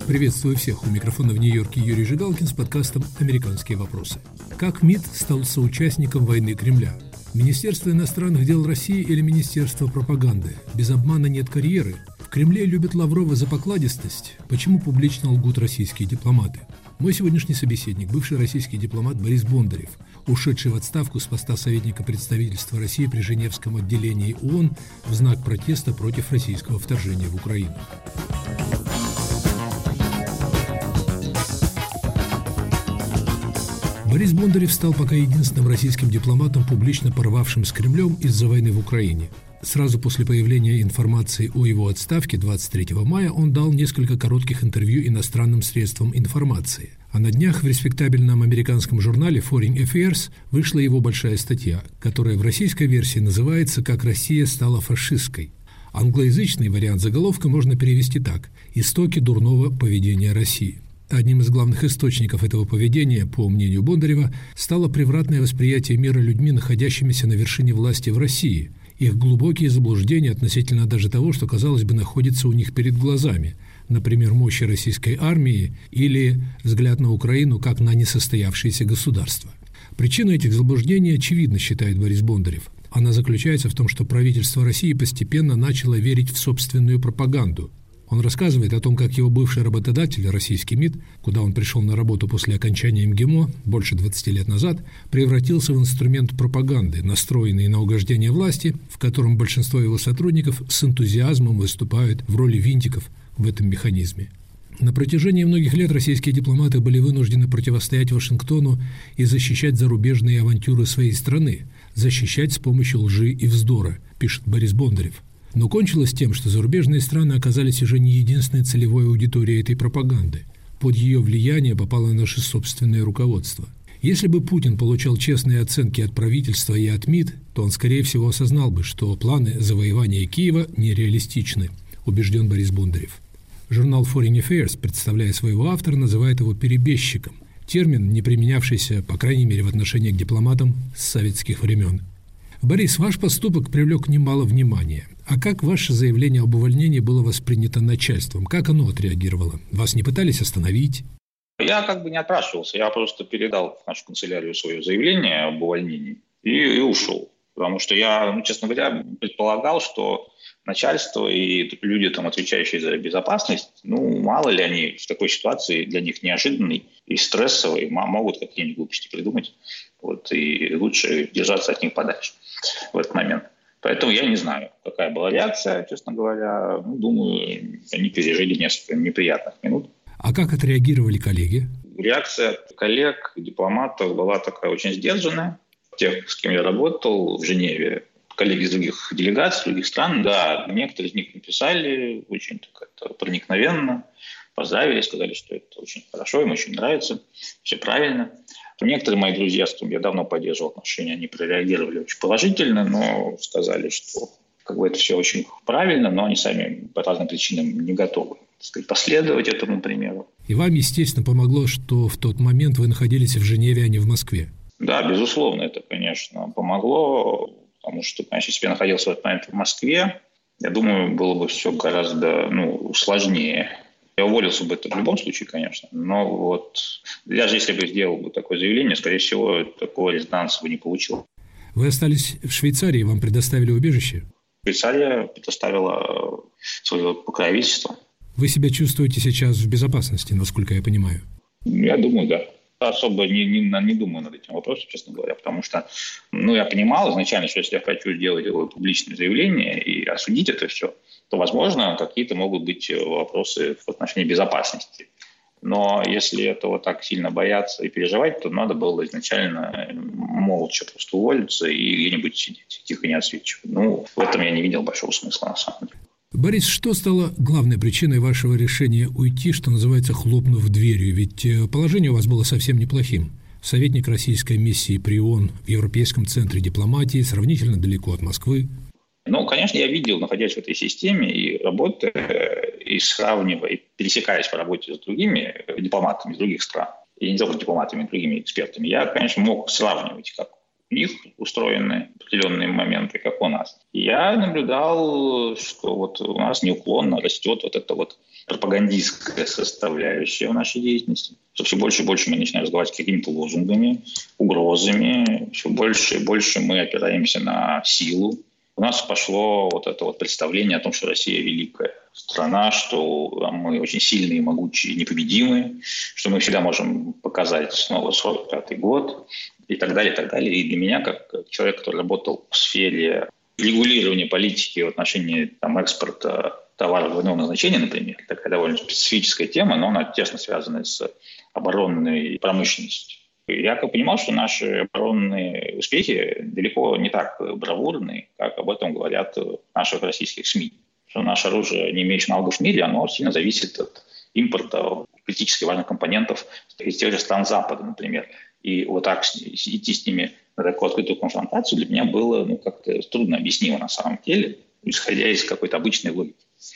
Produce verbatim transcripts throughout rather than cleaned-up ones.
Приветствую всех. У микрофона в Нью-Йорке Юрий Жигалкин с подкастом «Американские вопросы». Как МИД стал соучастником войны Кремля? Министерство иностранных дел России или Министерство пропаганды? Без обмана нет карьеры. В Кремле любят Лаврова за покладистость. Почему публично лгут российские дипломаты? Мой сегодняшний собеседник – бывший российский дипломат Борис Бондарев, ушедший в отставку с поста советника представительства России при Женевском отделении ООН в знак протеста против российского вторжения в Украину. Борис Бондарев стал пока единственным российским дипломатом, публично порвавшим с Кремлем из-за войны в Украине. Сразу после появления информации о его отставке двадцать третьего мая он дал несколько коротких интервью иностранным средствам информации. А на днях в респектабельном американском журнале Foreign Affairs вышла его большая статья, которая в российской версии называется «Как Россия стала фашистской». Англоязычный вариант заголовка можно перевести так: «Истоки дурного поведения России». Одним из главных источников этого поведения, по мнению Бондарева, стало превратное восприятие мира людьми, находящимися на вершине власти в России, их глубокие заблуждения относительно даже того, что, казалось бы, находится у них перед глазами, например, мощи российской армии или взгляд на Украину как на несостоявшееся государство. Причина этих заблуждений очевидна, считает Борис Бондарев. Она заключается в том, что правительство России постепенно начало верить в собственную пропаганду. Он рассказывает о том, как его бывший работодатель, российский МИД, куда он пришел на работу после окончания МГИМО больше двадцати лет назад, превратился в инструмент пропаганды, настроенный на угождение власти, в котором большинство его сотрудников с энтузиазмом выступают в роли винтиков в этом механизме. На протяжении многих лет российские дипломаты были вынуждены противостоять Вашингтону и защищать зарубежные авантюры своей страны, защищать с помощью лжи и вздора, пишет Борис Бондарев. Но кончилось тем, что зарубежные страны оказались уже не единственной целевой аудиторией этой пропаганды. Под ее влияние попало наше собственное руководство. Если бы Путин получал честные оценки от правительства и от МИД, то он, скорее всего, осознал бы, что планы завоевания Киева нереалистичны, убежден Борис Бондарев. Журнал Foreign Affairs, представляя своего автора, называет его «перебежчиком». Термин, не применявшийся, по крайней мере, в отношении к дипломатам с советских времен. Борис, ваш поступок привлек немало внимания. А как ваше заявление об увольнении было воспринято начальством? Как оно отреагировало? Вас не пытались остановить? Я как бы не отпрашивался. Я просто передал в нашу канцелярию свое заявление об увольнении и, и ушел. Потому что я, ну, честно говоря, предполагал, что начальство и люди, там, отвечающие за безопасность, ну, мало ли они в такой ситуации для них неожиданной и стрессовой, могут какие-нибудь глупости придумать. Вот, и лучше держаться от них подальше в этот момент. Поэтому я не знаю, какая была реакция, честно говоря. Ну, думаю, они пережили несколько неприятных минут. А как отреагировали коллеги? Реакция коллег, дипломатов была такая очень сдержанная. Тех, с кем я работал в Женеве, коллеги из других делегаций, других стран, да, некоторые из них написали очень так, проникновенно, поздравили, сказали, что это очень хорошо, им очень нравится, все правильно. Некоторые мои друзья, с кем я давно поддерживал отношения, они прореагировали очень положительно, но сказали, что как бы это все очень правильно, но они сами по разным причинам не готовы, так сказать, последовать этому примеру. И вам, естественно, помогло, что в тот момент вы находились в Женеве, а не в Москве? Да, безусловно, это, конечно, помогло, потому что, конечно, если бы я находился в этот момент в Москве, я думаю, было бы все гораздо ну, сложнее. Я уволился бы это в любом случае, конечно, но вот даже если бы сделал бы такое заявление, скорее всего, такого резонанса бы не получил. Вы остались в Швейцарии, вам предоставили убежище? Швейцария предоставила свое покровительство. Вы себя чувствуете сейчас в безопасности, насколько я понимаю? Я думаю, да. Особо не, не, не думаю над этим вопросом, честно говоря, потому что ну, я понимал изначально, что если я хочу сделать публичное заявление и осудить это все, то, возможно, какие-то могут быть вопросы в отношении безопасности. Но если этого так сильно бояться и переживать, то надо было изначально молча просто уволиться и где-нибудь сидеть, тихо не отсвечивать. Ну, в этом я не видел большого смысла, на самом деле. Борис, что стало главной причиной вашего решения уйти, что называется, хлопнув дверью? Ведь положение у вас было совсем неплохим. Советник российской миссии при ООН в Европейском центре дипломатии, сравнительно далеко от Москвы. Ну, конечно, я видел, находясь в этой системе и работая, и сравнивая, и пересекаясь по работе с другими дипломатами из других стран, и не только дипломатами, а другими экспертами, я, конечно, мог сравнивать, как у них устроены определенные моменты, как у нас. И я наблюдал, что вот у нас неуклонно растет вот эта вот пропагандистская составляющая в нашей деятельности. Что все больше и больше мы начинаем разговаривать какими-то лозунгами, угрозами, все больше и больше мы опираемся на силу. У нас пошло вот это вот представление о том, что Россия великая страна, что мы очень сильные, могучие, непобедимые, что мы всегда можем показать снова сорок пятый год и так далее, и так далее. И для меня, как человек, который работал в сфере регулирования политики в отношении там, экспорта товаров двойного назначения, например, такая довольно специфическая тема, но она тесно связана с оборонной промышленностью. Я как понимал, что наши оборонные успехи далеко не так бравурные, как об этом говорят наши российских СМИ. Что наше оружие, не имеющее аналогов в мире, оно сильно зависит от импорта критически важных компонентов из тех же стран Запада, например. И вот так идти с ними на такую открытую конфронтацию для меня было ну, как-то трудно объяснимо на самом деле, исходя из какой-то обычной логики.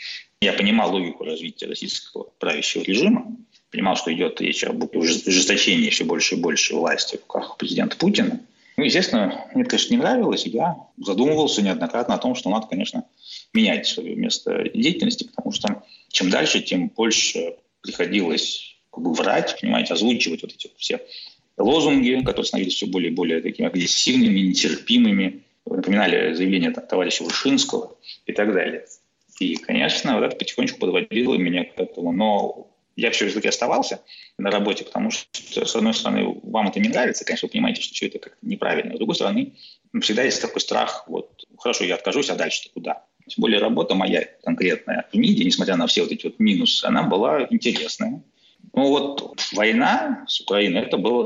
Я понимал логику развития российского правящего режима, понимал, что идет речь об ужесточении все больше и больше власти в руках президента Путина. Ну, естественно, мне это, конечно, не нравилось, и я задумывался неоднократно о том, что надо, конечно, менять свое место деятельности, потому что чем дальше, тем больше приходилось как бы врать, понимаете, озвучивать вот эти вот все лозунги, которые становились все более и более такими агрессивными, нетерпимыми. Вы напоминали заявление там, товарища Вышинского и так далее. И, конечно, вот это потихонечку подводило меня к этому. Но я все-таки оставался на работе, потому что, с одной стороны, вам это не нравится, конечно, вы понимаете, что все это как-то неправильно. С другой стороны, всегда есть такой страх, вот, хорошо, я откажусь, а дальше-то куда? Тем более работа моя конкретная в МИДе, несмотря на все вот эти вот минусы, она была интересная. Ну вот война с Украиной, это было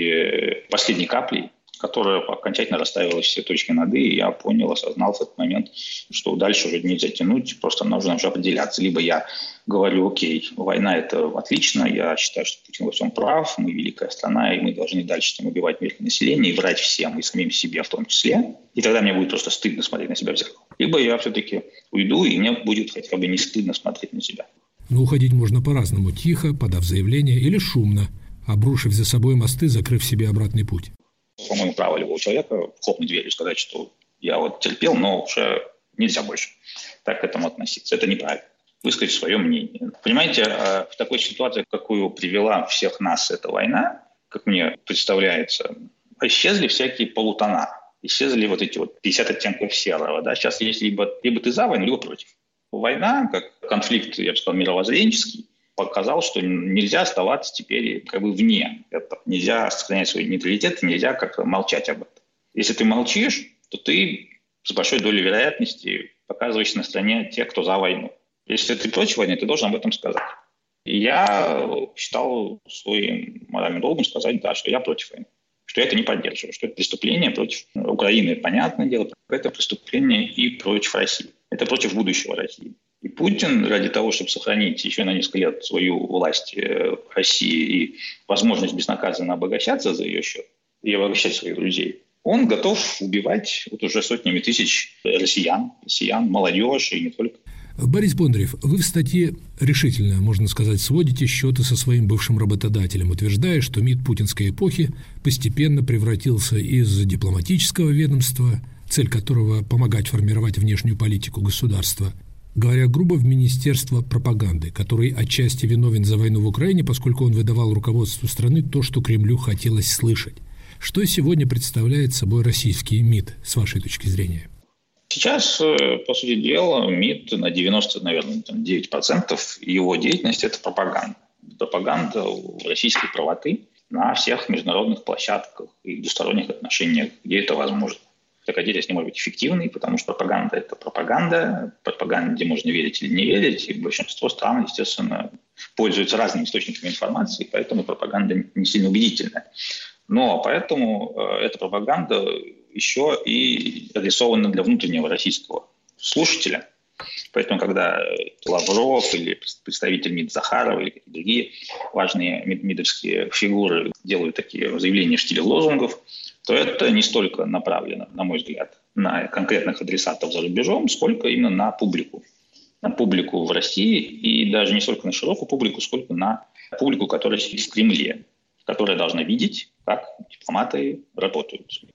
той последней каплей, которая окончательно расставила все точки над «и», и я понял, осознал в этот момент, что дальше уже нельзя тянуть, просто нужно уже определяться. Либо я говорю, окей, война – это отлично, я считаю, что Путин во всем прав, мы великая страна, и мы должны дальше там, убивать мирное население и врать всем, и самим себе в том числе. И тогда мне будет просто стыдно смотреть на себя в зеркало. Либо я все-таки уйду, и мне будет хотя бы не стыдно смотреть на себя. Но уходить можно по-разному, тихо, подав заявление, или шумно, обрушив за собой мосты, закрыв себе обратный путь. По-моему, право любого человека хлопнуть дверью и сказать, что я вот терпел, но уже нельзя больше так к этому относиться. Это неправильно. Высказать свое мнение. Понимаете, в такой ситуации, какую привела всех нас эта война, как мне представляется, исчезли всякие полутона. Исчезли вот эти вот пятьдесят оттенков серого. Да? Сейчас есть либо, либо ты за войну, либо против. Война, как конфликт, я бы сказал, мировоззренческий, показал, что нельзя оставаться теперь как бы вне этого. Нельзя сохранять свой нейтралитет, нельзя как-то молчать об этом. Если ты молчишь, то ты с большой долей вероятности показываешься на стороне тех, кто за войну. Если ты против войны, ты должен об этом сказать. И я считал своим моральным долгом сказать, да, что я против войны, что я это не поддерживаю, что это преступление против Украины, понятное дело, это преступление и против России. Это против будущего России. И Путин ради того, чтобы сохранить еще на несколько лет свою власть в России и возможность безнаказанно обогащаться за ее счет и обогащать своих друзей, он готов убивать вот уже сотнями тысяч россиян, россиян, молодежь и не только. Борис Бондарев, вы в статье решительно, можно сказать, сводите счеты со своим бывшим работодателем, утверждая, что МИД путинской эпохи постепенно превратился из дипломатического ведомства, цель которого – помогать формировать внешнюю политику государства, говоря грубо, в Министерство пропаганды, который отчасти виновен за войну в Украине, поскольку он выдавал руководству страны то, что Кремлю хотелось слышать. Что сегодня представляет собой российский МИД, с вашей точки зрения? Сейчас, по сути дела, МИД на девяносто, наверное, девять процентов его деятельности – это пропаганда. Пропаганда российской правоты на всех международных площадках и двусторонних отношениях, где это возможно. Такая деятельность не может быть эффективной, потому что пропаганда – это пропаганда, пропаганда, где можно верить или не верить, и большинство стран, естественно, пользуются разными источниками информации, поэтому пропаганда не сильно убедительная. Но поэтому э, эта пропаганда еще и адресована для внутреннего российского слушателя. Поэтому, когда Лавров или представитель МИД Захарова или какие-то другие важные мидовские фигуры делают такие заявления в стиле лозунгов, то это не столько направлено, на мой взгляд, на конкретных адресатов за рубежом, сколько именно на публику. На публику в России и даже не столько на широкую публику, сколько на публику, которая сидит в Кремле, которая должна видеть, как дипломаты работают.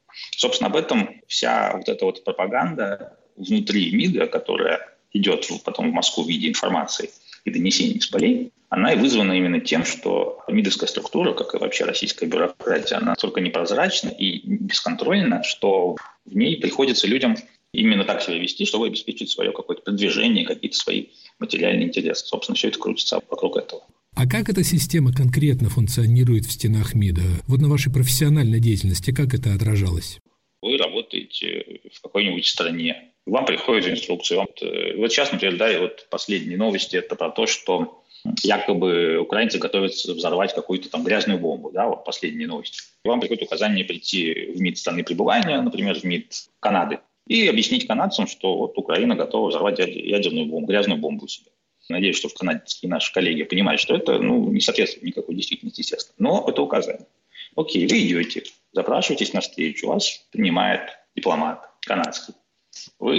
Собственно, об этом вся вот эта вот пропаганда внутри МИДа, которая идет потом в Москву в виде информации и донесений с полей, она и вызвана именно тем, что МИДовская структура, как и вообще российская бюрократия, она настолько непрозрачна и бесконтрольна, что в ней приходится людям именно так себя вести, чтобы обеспечить свое какое-то продвижение, какие-то свои материальные интересы. Собственно, все это крутится вокруг этого. А как эта система конкретно функционирует в стенах МИДа? Вот на вашей профессиональной деятельности как это отражалось? Вы работаете в какой-нибудь стране, вам приходят инструкции. Вам... Вот сейчас, например, да, и вот последние новости, это про то, что якобы украинцы готовятся взорвать какую-то там грязную бомбу, да, вот последние новости. Вам приходит указание прийти в МИД страны пребывания, например, в МИД Канады, и объяснить канадцам, что вот Украина готова взорвать ядерную бомбу, грязную бомбу у себя. Надеюсь, что канадские наши коллеги понимают, что это ну, не соответствует никакой действительности, естественно. Но это указание. Окей, вы идете, запрашиваетесь на встречу, вас принимает дипломат канадский. Вы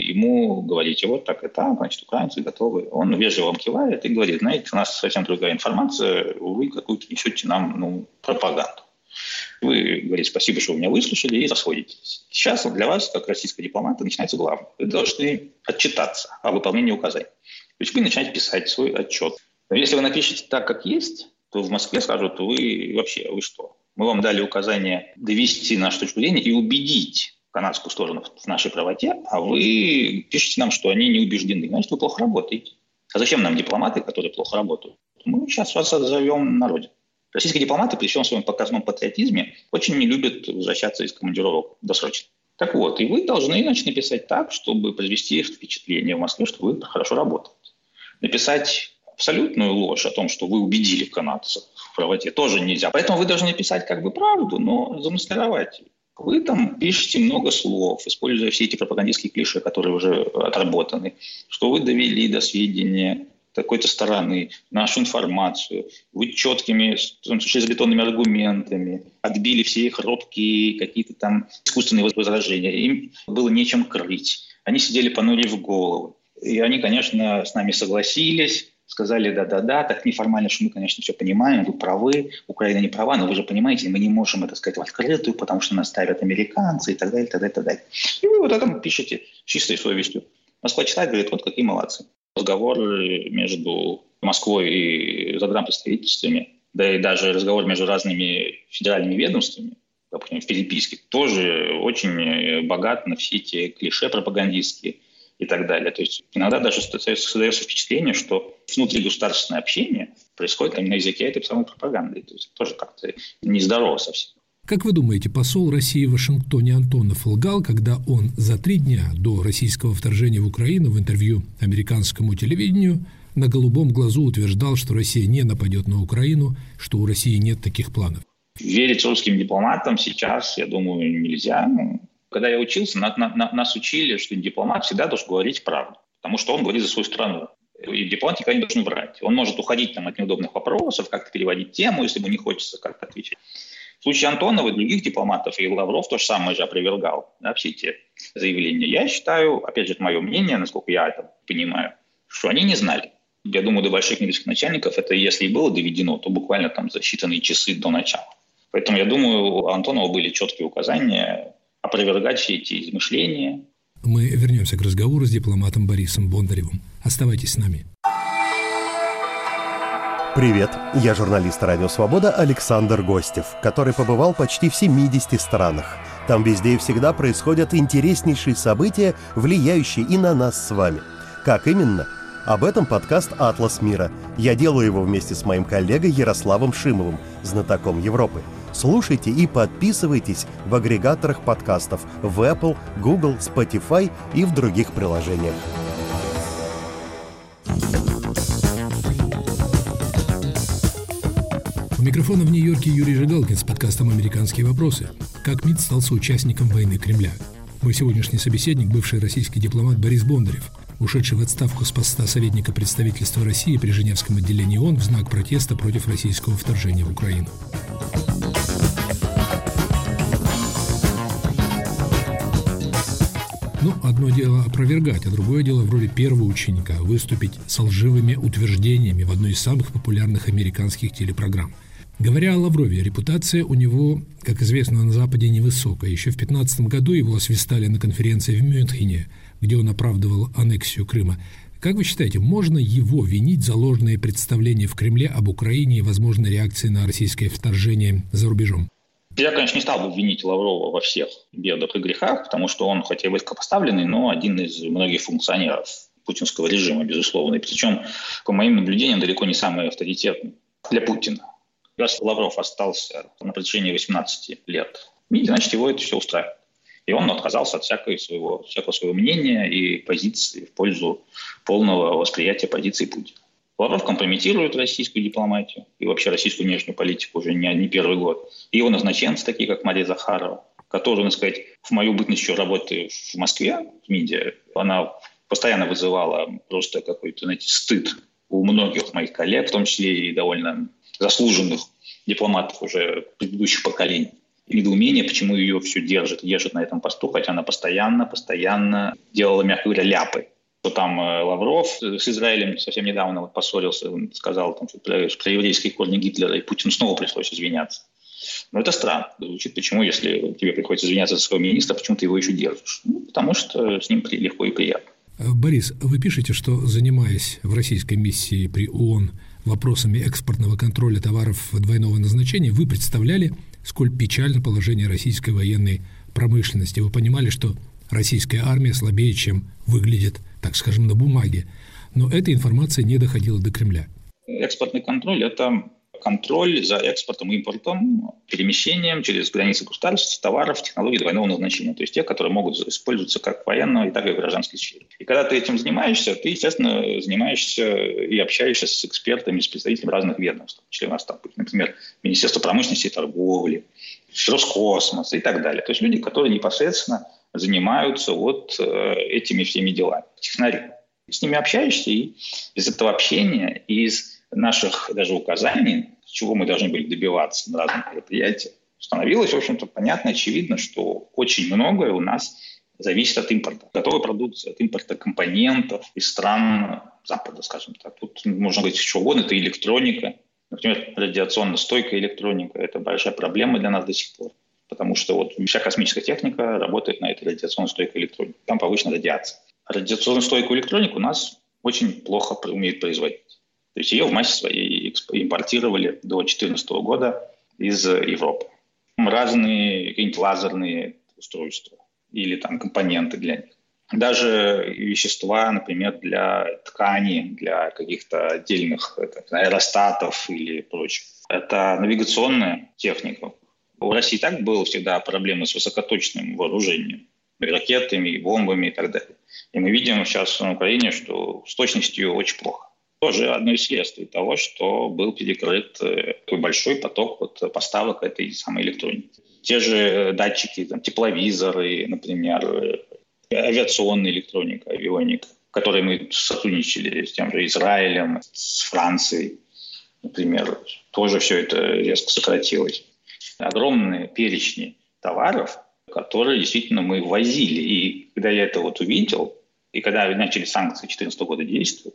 ему говорите, вот так и так, значит, украинцы готовы. Он вежливо вам кивает и говорит, знаете, у нас совсем другая информация, вы какую-то несете нам ну, пропаганду. Вы говорите, спасибо, что вы меня выслушали, и расходитесь. Сейчас для вас, как российского дипломата, начинается главное. Вы должны отчитаться о выполнении указаний. То есть вы начинаете писать свой отчет. Но если вы напишете так, как есть, то в Москве скажут, вы вообще, вы что? Мы вам дали указание довести нашу точку зрения и убедить канадскую сторону в нашей правоте, а вы пишете нам, что они не убеждены. Значит, вы плохо работаете. А зачем нам дипломаты, которые плохо работают? Мы сейчас вас отзовем на родину. Российские дипломаты при всем своем показном патриотизме очень не любят возвращаться из командировок досрочно. Так вот, и вы должны, значит, написать так, чтобы произвести впечатление в Москве, что вы хорошо работаете. Написать абсолютную ложь о том, что вы убедили канадцев в правоте, тоже нельзя. Поэтому вы должны писать как бы правду, но замаскировать ее. Вы там пишете много слов, используя все эти пропагандистские клише, которые уже отработаны, что вы довели до сведения какой-то стороны нашу информацию, вы четкими железобетонными аргументами отбили все их робкие какие-то там искусственные возражения. Им было нечем крыть. Они сидели понурив голову. И они, конечно, с нами согласились, сказали да-да-да, так неформально, что мы, конечно, все понимаем, вы правы, Украина не права, но вы же понимаете, мы не можем это сказать в открытую, потому что нас ставят американцы и так далее, и так далее, и так далее. И вы вот это пишете чистой совестью. Москва читает, говорит, вот какие молодцы. Разговоры между Москвой и загранпредставительствами, да и даже разговор между разными федеральными ведомствами, допустим, в переписке, тоже очень богат на все эти клише пропагандистские и так далее. То есть иногда даже создается впечатление, что внутригосударственное общение происходит на языке этой самой пропаганды. То есть тоже как-то нездорово совсем. Как вы думаете, посол России в Вашингтоне Антонов лгал, когда он за три дня до российского вторжения в Украину в интервью американскому телевидению на голубом глазу утверждал, что Россия не нападет на Украину, что у России нет таких планов? Верить русским дипломатам сейчас, я думаю, нельзя. Когда я учился, на, на, нас учили, что дипломат всегда должен говорить правду, потому что он говорит за свою страну. И дипломат никогда не должен врать. Он может уходить там, от неудобных вопросов, как-то переводить тему, если ему не хочется как-то отвечать. В случае Антонова и других дипломатов, и Лавров то же самое же опровергал, да, все эти заявления. Я считаю, опять же, это мое мнение, насколько я это понимаю, что они не знали. Я думаю, до больших медицинских начальников это, если и было доведено, то буквально там за считанные часы до начала. Поэтому, я думаю, у Антонова были четкие указания опровергать все эти измышления. Мы вернемся к разговору с дипломатом Борисом Бондаревым. Оставайтесь с нами. Привет, я журналист «Радио Свобода» Александр Гостев, который побывал почти в семидесяти странах. Там везде и всегда происходят интереснейшие события, влияющие и на нас с вами. Как именно? Об этом подкаст «Атлас мира». Я делаю его вместе с моим коллегой Ярославом Шимовым, знатоком Европы. Слушайте и подписывайтесь в агрегаторах подкастов в Apple, Google, Spotify и в других приложениях. У микрофона в Нью-Йорке Юрий Жигалкин с подкастом «Американские вопросы». Как МИД стал соучастником войны Кремля? Мой сегодняшний собеседник – бывший российский дипломат Борис Бондарев, ушедший в отставку с поста советника представительства России при Женевском отделении ООН в знак протеста против российского вторжения в Украину. Ну, одно дело опровергать, а другое дело в роли первого ученика выступить с лживыми утверждениями в одной из самых популярных американских телепрограмм. Говоря о Лаврове, репутация у него, как известно, на Западе невысокая. Еще в две тысячи пятнадцатом году его освистали на конференции в Мюнхене, где он оправдывал аннексию Крыма. Как вы считаете, можно его винить за ложные представления в Кремле об Украине и возможной реакции на российское вторжение за рубежом? Я, конечно, не стал бы винить Лаврова во всех бедах и грехах, потому что он, хотя и высокопоставленный, но один из многих функционеров путинского режима, безусловно. И причем, по моим наблюдениям, далеко не самый авторитетный для Путина. Раз Лавров остался на протяжении восемнадцати лет, значит, его это все устраивает. И он отказался от всякого своего, всякого своего мнения и позиции в пользу полного восприятия позиции Путина. Лавров компрометирует российскую дипломатию и вообще российскую внешнюю политику уже не, не первый год. И его назначенцы, такие как Мария Захарова, которая, так сказать, в мою бытность еще работы в Москве, в МИДе, она постоянно вызывала просто какой-то, знаете, стыд у многих моих коллег, в том числе и довольно заслуженных дипломатов уже предыдущих поколений. Недоумение, почему ее все держит, держит на этом посту, хотя она постоянно, постоянно делала, мягко говоря, ляпы. Что там Лавров с Израилем совсем недавно вот поссорился, он сказал, там, что про, про еврейские корни Гитлера, и Путину снова пришлось извиняться. Но это странно. Звучит, почему, если тебе приходится извиняться за своего министра, почему ты его еще держишь? Ну, потому что с ним легко и приятно. Борис, вы пишете, что, занимаясь в российской миссии при ООН вопросами экспортного контроля товаров двойного назначения, вы представляли, сколь печально положение российской военной промышленности. Вы понимали, что российская армия слабее, чем выглядит, так скажем, на бумаге. Но эта информация не доходила до Кремля. Экспортный контроль – это контроль за экспортом и импортом, перемещением через границы государств товаров, технологий двойного назначения. То есть те, которые могут использоваться как в военной, так и в гражданской сфере. И когда ты этим занимаешься, ты, естественно, занимаешься и общаешься с экспертами, с представителями разных ведомств. В том числе у нас там, например, Министерство промышленности и торговли, Роскосмос и так далее. То есть люди, которые непосредственно занимаются вот этими всеми делами. Технари. С ними общаешься, и из этого общения, из наших даже указаний, чего мы должны были добиваться на разных мероприятиях, становилось, в общем-то, понятно, очевидно, что очень многое у нас зависит от импорта. Готовой продукции, от импорта компонентов из стран Запада, скажем так. Тут можно говорить что угодно, это электроника. Например, радиационно стойкая электроника – это большая проблема для нас до сих пор. Потому что вот вся космическая техника работает на этой радиационно стойкой электронике. Там повышена радиация. Радиационно стойкую электронику у нас очень плохо умеют производить. То есть ее в массе своей импортировали до две тысячи четырнадцатого года из Европы. Разные какие-нибудь лазерные устройства или там компоненты для них. Даже вещества, например, для ткани, для каких-то отдельных это, аэростатов или прочего. Это навигационная техника. У России так было всегда проблемы с высокоточным вооружением, ракетами, и бомбами и так далее. И мы видим сейчас на Украине, что с точностью очень плохо. Тоже одно из следствий того, что был перекрыт такой большой поток вот поставок этой самой электроники. Те же датчики, там, тепловизоры, например, авиационная электроника, авионика, в которой мы сотрудничали с тем же Израилем, с Францией, например, тоже все это резко сократилось. Огромные перечни товаров, которые действительно мы ввозили. И когда я это вот увидел, и когда начали санкции две тысячи четырнадцатого года действовать,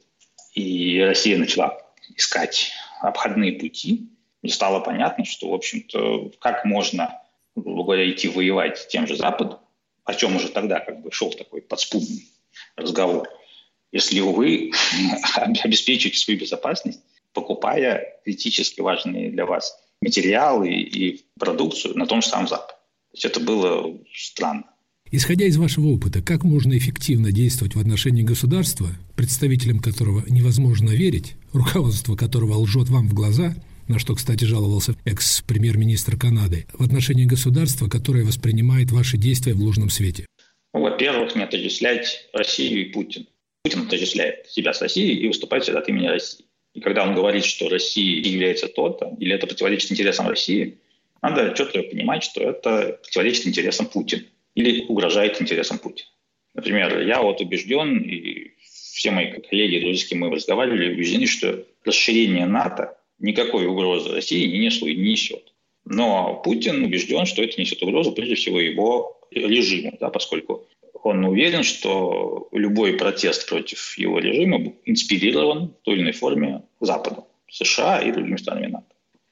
и Россия начала искать обходные пути, мне стало понятно, что, в общем-то, как можно, грубо говоря, идти воевать тем же Западом, о чем уже тогда как бы шел такой подспудный разговор, если вы обеспечиваете свою безопасность, покупая критически важные для вас материалы и продукцию на том же самом Западе. То есть это было странно. Исходя из вашего опыта, как можно эффективно действовать в отношении государства, представителям которого невозможно верить, руководство которого лжет вам в глаза, на что, кстати, жаловался экс-премьер-министр Канады, в отношении государства, которое воспринимает ваши действия в ложном свете? Ну, во-первых, не отождествлять Россию и Путин. Путин отождествляет себя с Россией и выступает всегда от имени России. И когда он говорит, что Россия является то-то, или это противоречит интересам России, надо четко понимать, что это противоречит интересам Путина или угрожает интересам Путина. Например, я вот убежден, и все мои коллеги, друзья, с кем мы разговаривали, убеждены, что расширение НАТО никакой угрозы России не несло и не несет. Но Путин убежден, что это несет угрозу прежде всего его режиму, да, поскольку он уверен, что любой протест против его режима инспирирован в той или иной форме Западом, США и другими странами НАТО.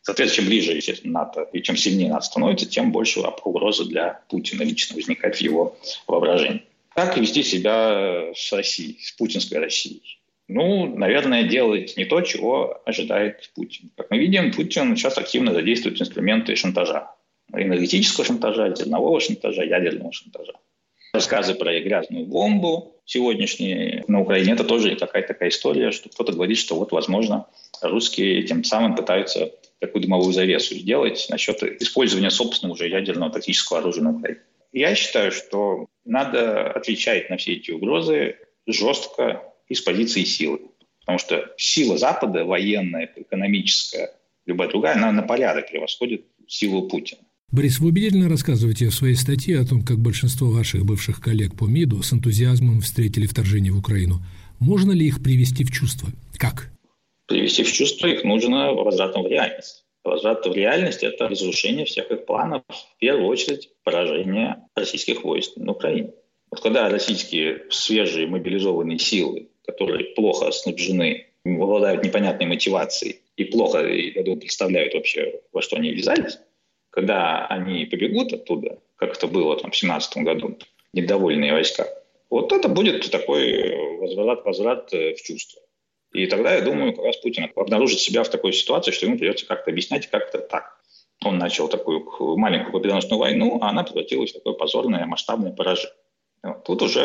Соответственно, чем ближе, естественно, НАТО, и чем сильнее НАТО становится, тем больше угроза для Путина лично возникает в его воображении. Как вести себя с Россией, с путинской Россией? Ну, наверное, делать не то, чего ожидает Путин. Как мы видим, Путин сейчас активно задействует инструменты шантажа. Энергетического шантажа, зернового шантажа, ядерного шантажа. Рассказы про грязную бомбу сегодняшние на Украине – это тоже какая-то такая история, что кто-то говорит, что вот, возможно, русские тем самым пытаются такую дымовую завесу сделать насчет использования собственного уже ядерного тактического оружия на Украине. Я считаю, что надо отвечать на все эти угрозы жестко и с позиции силы. Потому что сила Запада, военная, экономическая, любая другая, она на порядок превосходит силу Путина. Борис, вы убедительно рассказываете в своей статье о том, как большинство ваших бывших коллег по МИДу с энтузиазмом встретили вторжение в Украину. Можно ли их привести в чувство? Как? Привести в чувство их нужно возвратом в реальность. Возврат в реальность – это разрушение всех их планов, в первую очередь поражение российских войск на Украине. Вот когда российские свежие мобилизованные силы, которые плохо снабжены, обладают непонятной мотивацией и плохо, я думаю, представляют вообще, во что они ввязались, когда они побегут оттуда, как это было там, в две тысячи семнадцатом году, недовольные войска, вот это будет такой возврат, возврат в чувство. И тогда, я думаю, как раз Путин обнаружит себя в такой ситуации, что ему придется как-то объяснять, как-то так. Он начал такую маленькую победоносную войну, а она превратилась в такое позорное масштабное поражение. Тут уже,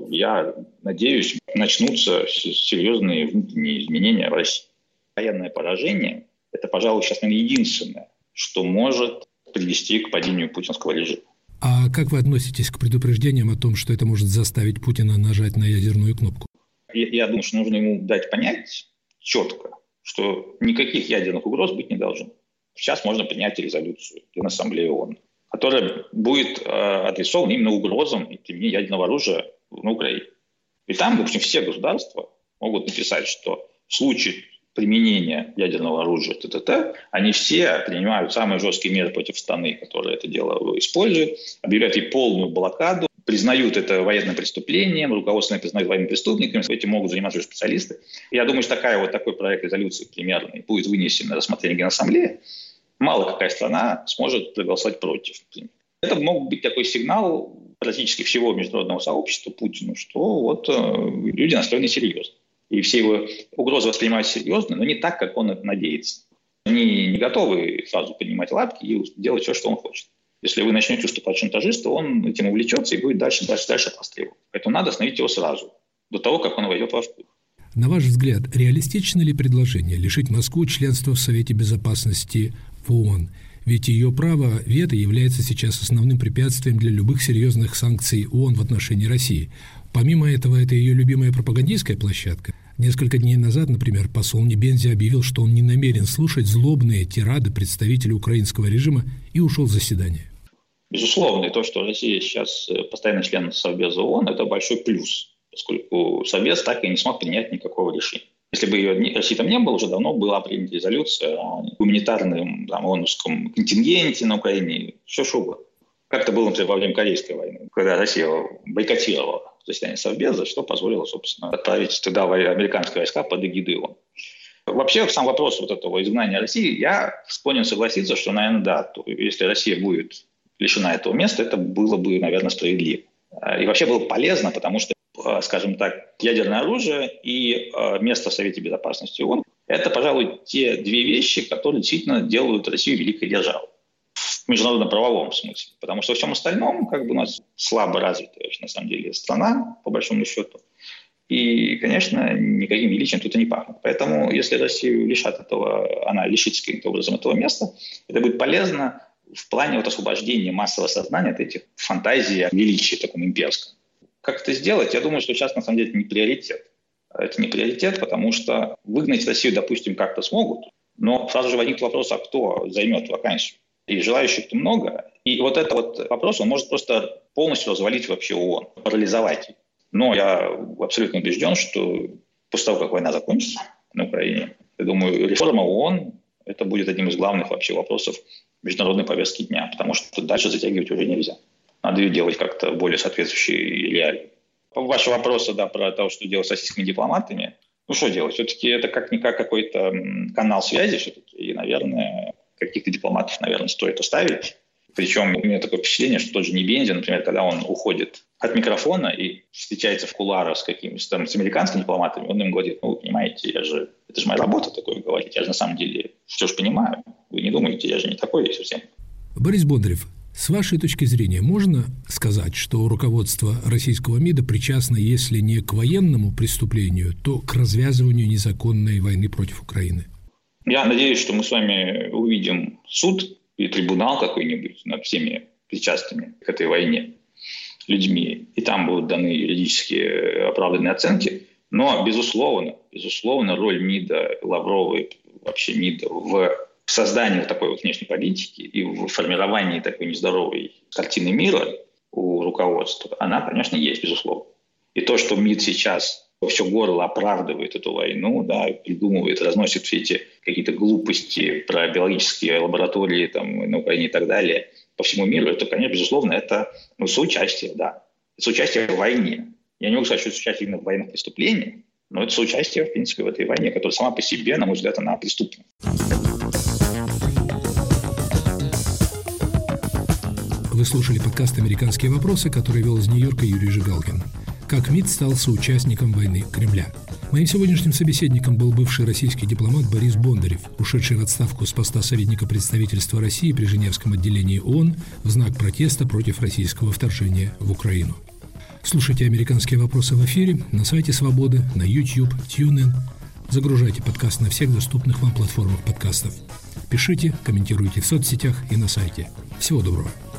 я надеюсь, начнутся серьезные внутренние изменения в России. Военное поражение – это, пожалуй, сейчас, наверное, единственное, что может привести к падению путинского режима. А как вы относитесь к предупреждениям о том, что это может заставить Путина нажать на ядерную кнопку? Я, я думаю, что нужно ему дать понять четко, что никаких ядерных угроз быть не должно. Сейчас можно принять резолюцию Генассамблеи ООН, которая будет э, адресована именно угрозам и применения ядерного оружия на Украине. И там, в общем, все государства могут написать, что в случае применения ядерного оружия т.т.т. они все принимают самые жесткие меры против страны, которая это дело использует, объявляют ей полную блокаду, признают это военным преступлением, руководство признают военным преступниками, этим могут заниматься уже специалисты. Я думаю, что такая, вот такой проект резолюции примерно будет вынесен на рассмотрение Генассамблеи. Мало какая страна сможет проголосовать против. Это мог быть такой сигнал практически всего международного сообщества Путину, что вот э, люди настроены серьезно. И все его угрозы воспринимают серьезно, но не так, как он это надеется. Они не готовы сразу поднимать лапки и делать все, что он хочет. Если вы начнете уступать шантажисту, он этим увлечется и будет дальше, дальше, дальше расстреливать. Поэтому надо остановить его сразу, до того, как он войдет во вкус. На ваш взгляд, реалистично ли предложение лишить Москву членства в Совете Безопасности в ООН? Ведь ее право вето является сейчас основным препятствием для любых серьезных санкций ООН в отношении России. Помимо этого, это ее любимая пропагандистская площадка. Несколько дней назад, например, посол Небензи объявил, что он не намерен слушать злобные тирады представителей украинского режима и ушел с заседания. Безусловно, и то, что Россия сейчас постоянный член Совбеза ООН, это большой плюс, поскольку Совбез так и не смог принять никакого решения. Если бы ее, России там не было, уже давно была принята резолюция о гуманитарном там, ООНовском контингенте на Украине, все шубо. Как это было, например, во время Корейской войны, когда Россия бойкотировала заседание Совбеза, что позволило, собственно, отправить туда американские войска под эгидой ООН. Вообще, сам вопрос вот этого изгнания России, я склонен согласиться, что, наверное, да, то, если Россия будет лишена этого места, это было бы, наверное, справедливо. И вообще было бы полезно, потому что, скажем так, ядерное оружие и место в Совете Безопасности ООН – это, пожалуй, те две вещи, которые действительно делают Россию великой державой. В международно-правовом смысле. Потому что во всем остальном как бы у нас слабо развитая, на самом деле, страна, по большому счету. И, конечно, никаким величием тут и не пахнет. Поэтому, если Россию лишат этого, она лишится каким-то образом этого места, это будет полезно в плане вот освобождения массового сознания от этих фантазий о величии таком имперском. Как это сделать? Я думаю, что сейчас, на самом деле, это не приоритет. Это не приоритет, потому что выгнать Россию, допустим, как-то смогут, но сразу же возникнет вопрос, а кто займет вакансию? И желающих-то много. И вот этот вот вопрос, он может просто полностью развалить вообще ООН, парализовать. Но я абсолютно убежден, что после того, как война закончится на Украине, я думаю, реформа ООН – это будет одним из главных вообще вопросов международной повестки дня, потому что дальше затягивать уже нельзя. Надо ее делать как-то более соответствующей реалии. По вашему вопросу, да, про то, что делать с российскими дипломатами, ну что делать? Все-таки это как-никак какой-то канал связи все-таки, и, наверное, каких-то дипломатов, наверное, стоит оставить. Причем у меня такое впечатление, что тот же Небензя, например, когда он уходит от микрофона и встречается в кулуарах с какими-то там с американскими дипломатами, он им говорит: ну, вы понимаете, я же, это же моя работа такое говорить, я же на самом деле все же понимаю, вы не думаете, я же не такой совсем. Борис Бондарев, с вашей точки зрения, можно сказать, что руководство российского МИДа причастно, если не к военному преступлению, то к развязыванию незаконной войны против Украины? Я надеюсь, что мы с вами увидим суд и трибунал какой-нибудь над всеми причастными к этой войне людьми, и там будут даны юридически оправданные оценки. Но, безусловно, безусловно, роль МИДа, Лавровой, вообще МИДа в создании такой вот внешней политики и в формировании такой нездоровой картины мира у руководства, она, конечно, есть, безусловно. И то, что МИД сейчас во все горло оправдывает эту войну, да, придумывает, разносит все эти какие-то глупости про биологические лаборатории там, на Украине и так далее по всему миру, это, конечно, безусловно, это ну, соучастие, да. Соучастие в войне. Я не могу сказать, что это соучастие именно в военных преступлениях, но это соучастие, в принципе, в этой войне, которая сама по себе, на мой взгляд, она преступна. Вы слушали подкаст «Американские вопросы», который вел из Нью-Йорка Юрий Жигалкин. Как МИД стал соучастником войны Кремля. Моим сегодняшним собеседником был бывший российский дипломат Борис Бондарев, ушедший в отставку с поста советника представительства России при Женевском отделении ООН в знак протеста против российского вторжения в Украину. Слушайте «Американские вопросы» в эфире на сайте «Свободы», на YouTube, TuneIn. Загружайте подкаст на всех доступных вам платформах подкастов. Пишите, комментируйте в соцсетях и на сайте. Всего доброго.